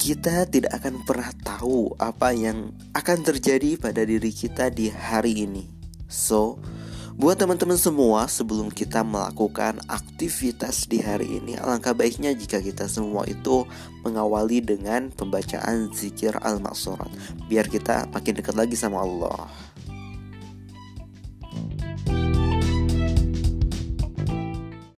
kita tidak akan pernah tahu apa yang akan terjadi pada diri kita di hari ini. So, buat teman-teman semua, sebelum kita melakukan aktivitas di hari ini, alangkah baiknya jika kita semua itu mengawali dengan pembacaan zikir al-ma'surat, biar kita makin dekat lagi sama Allah.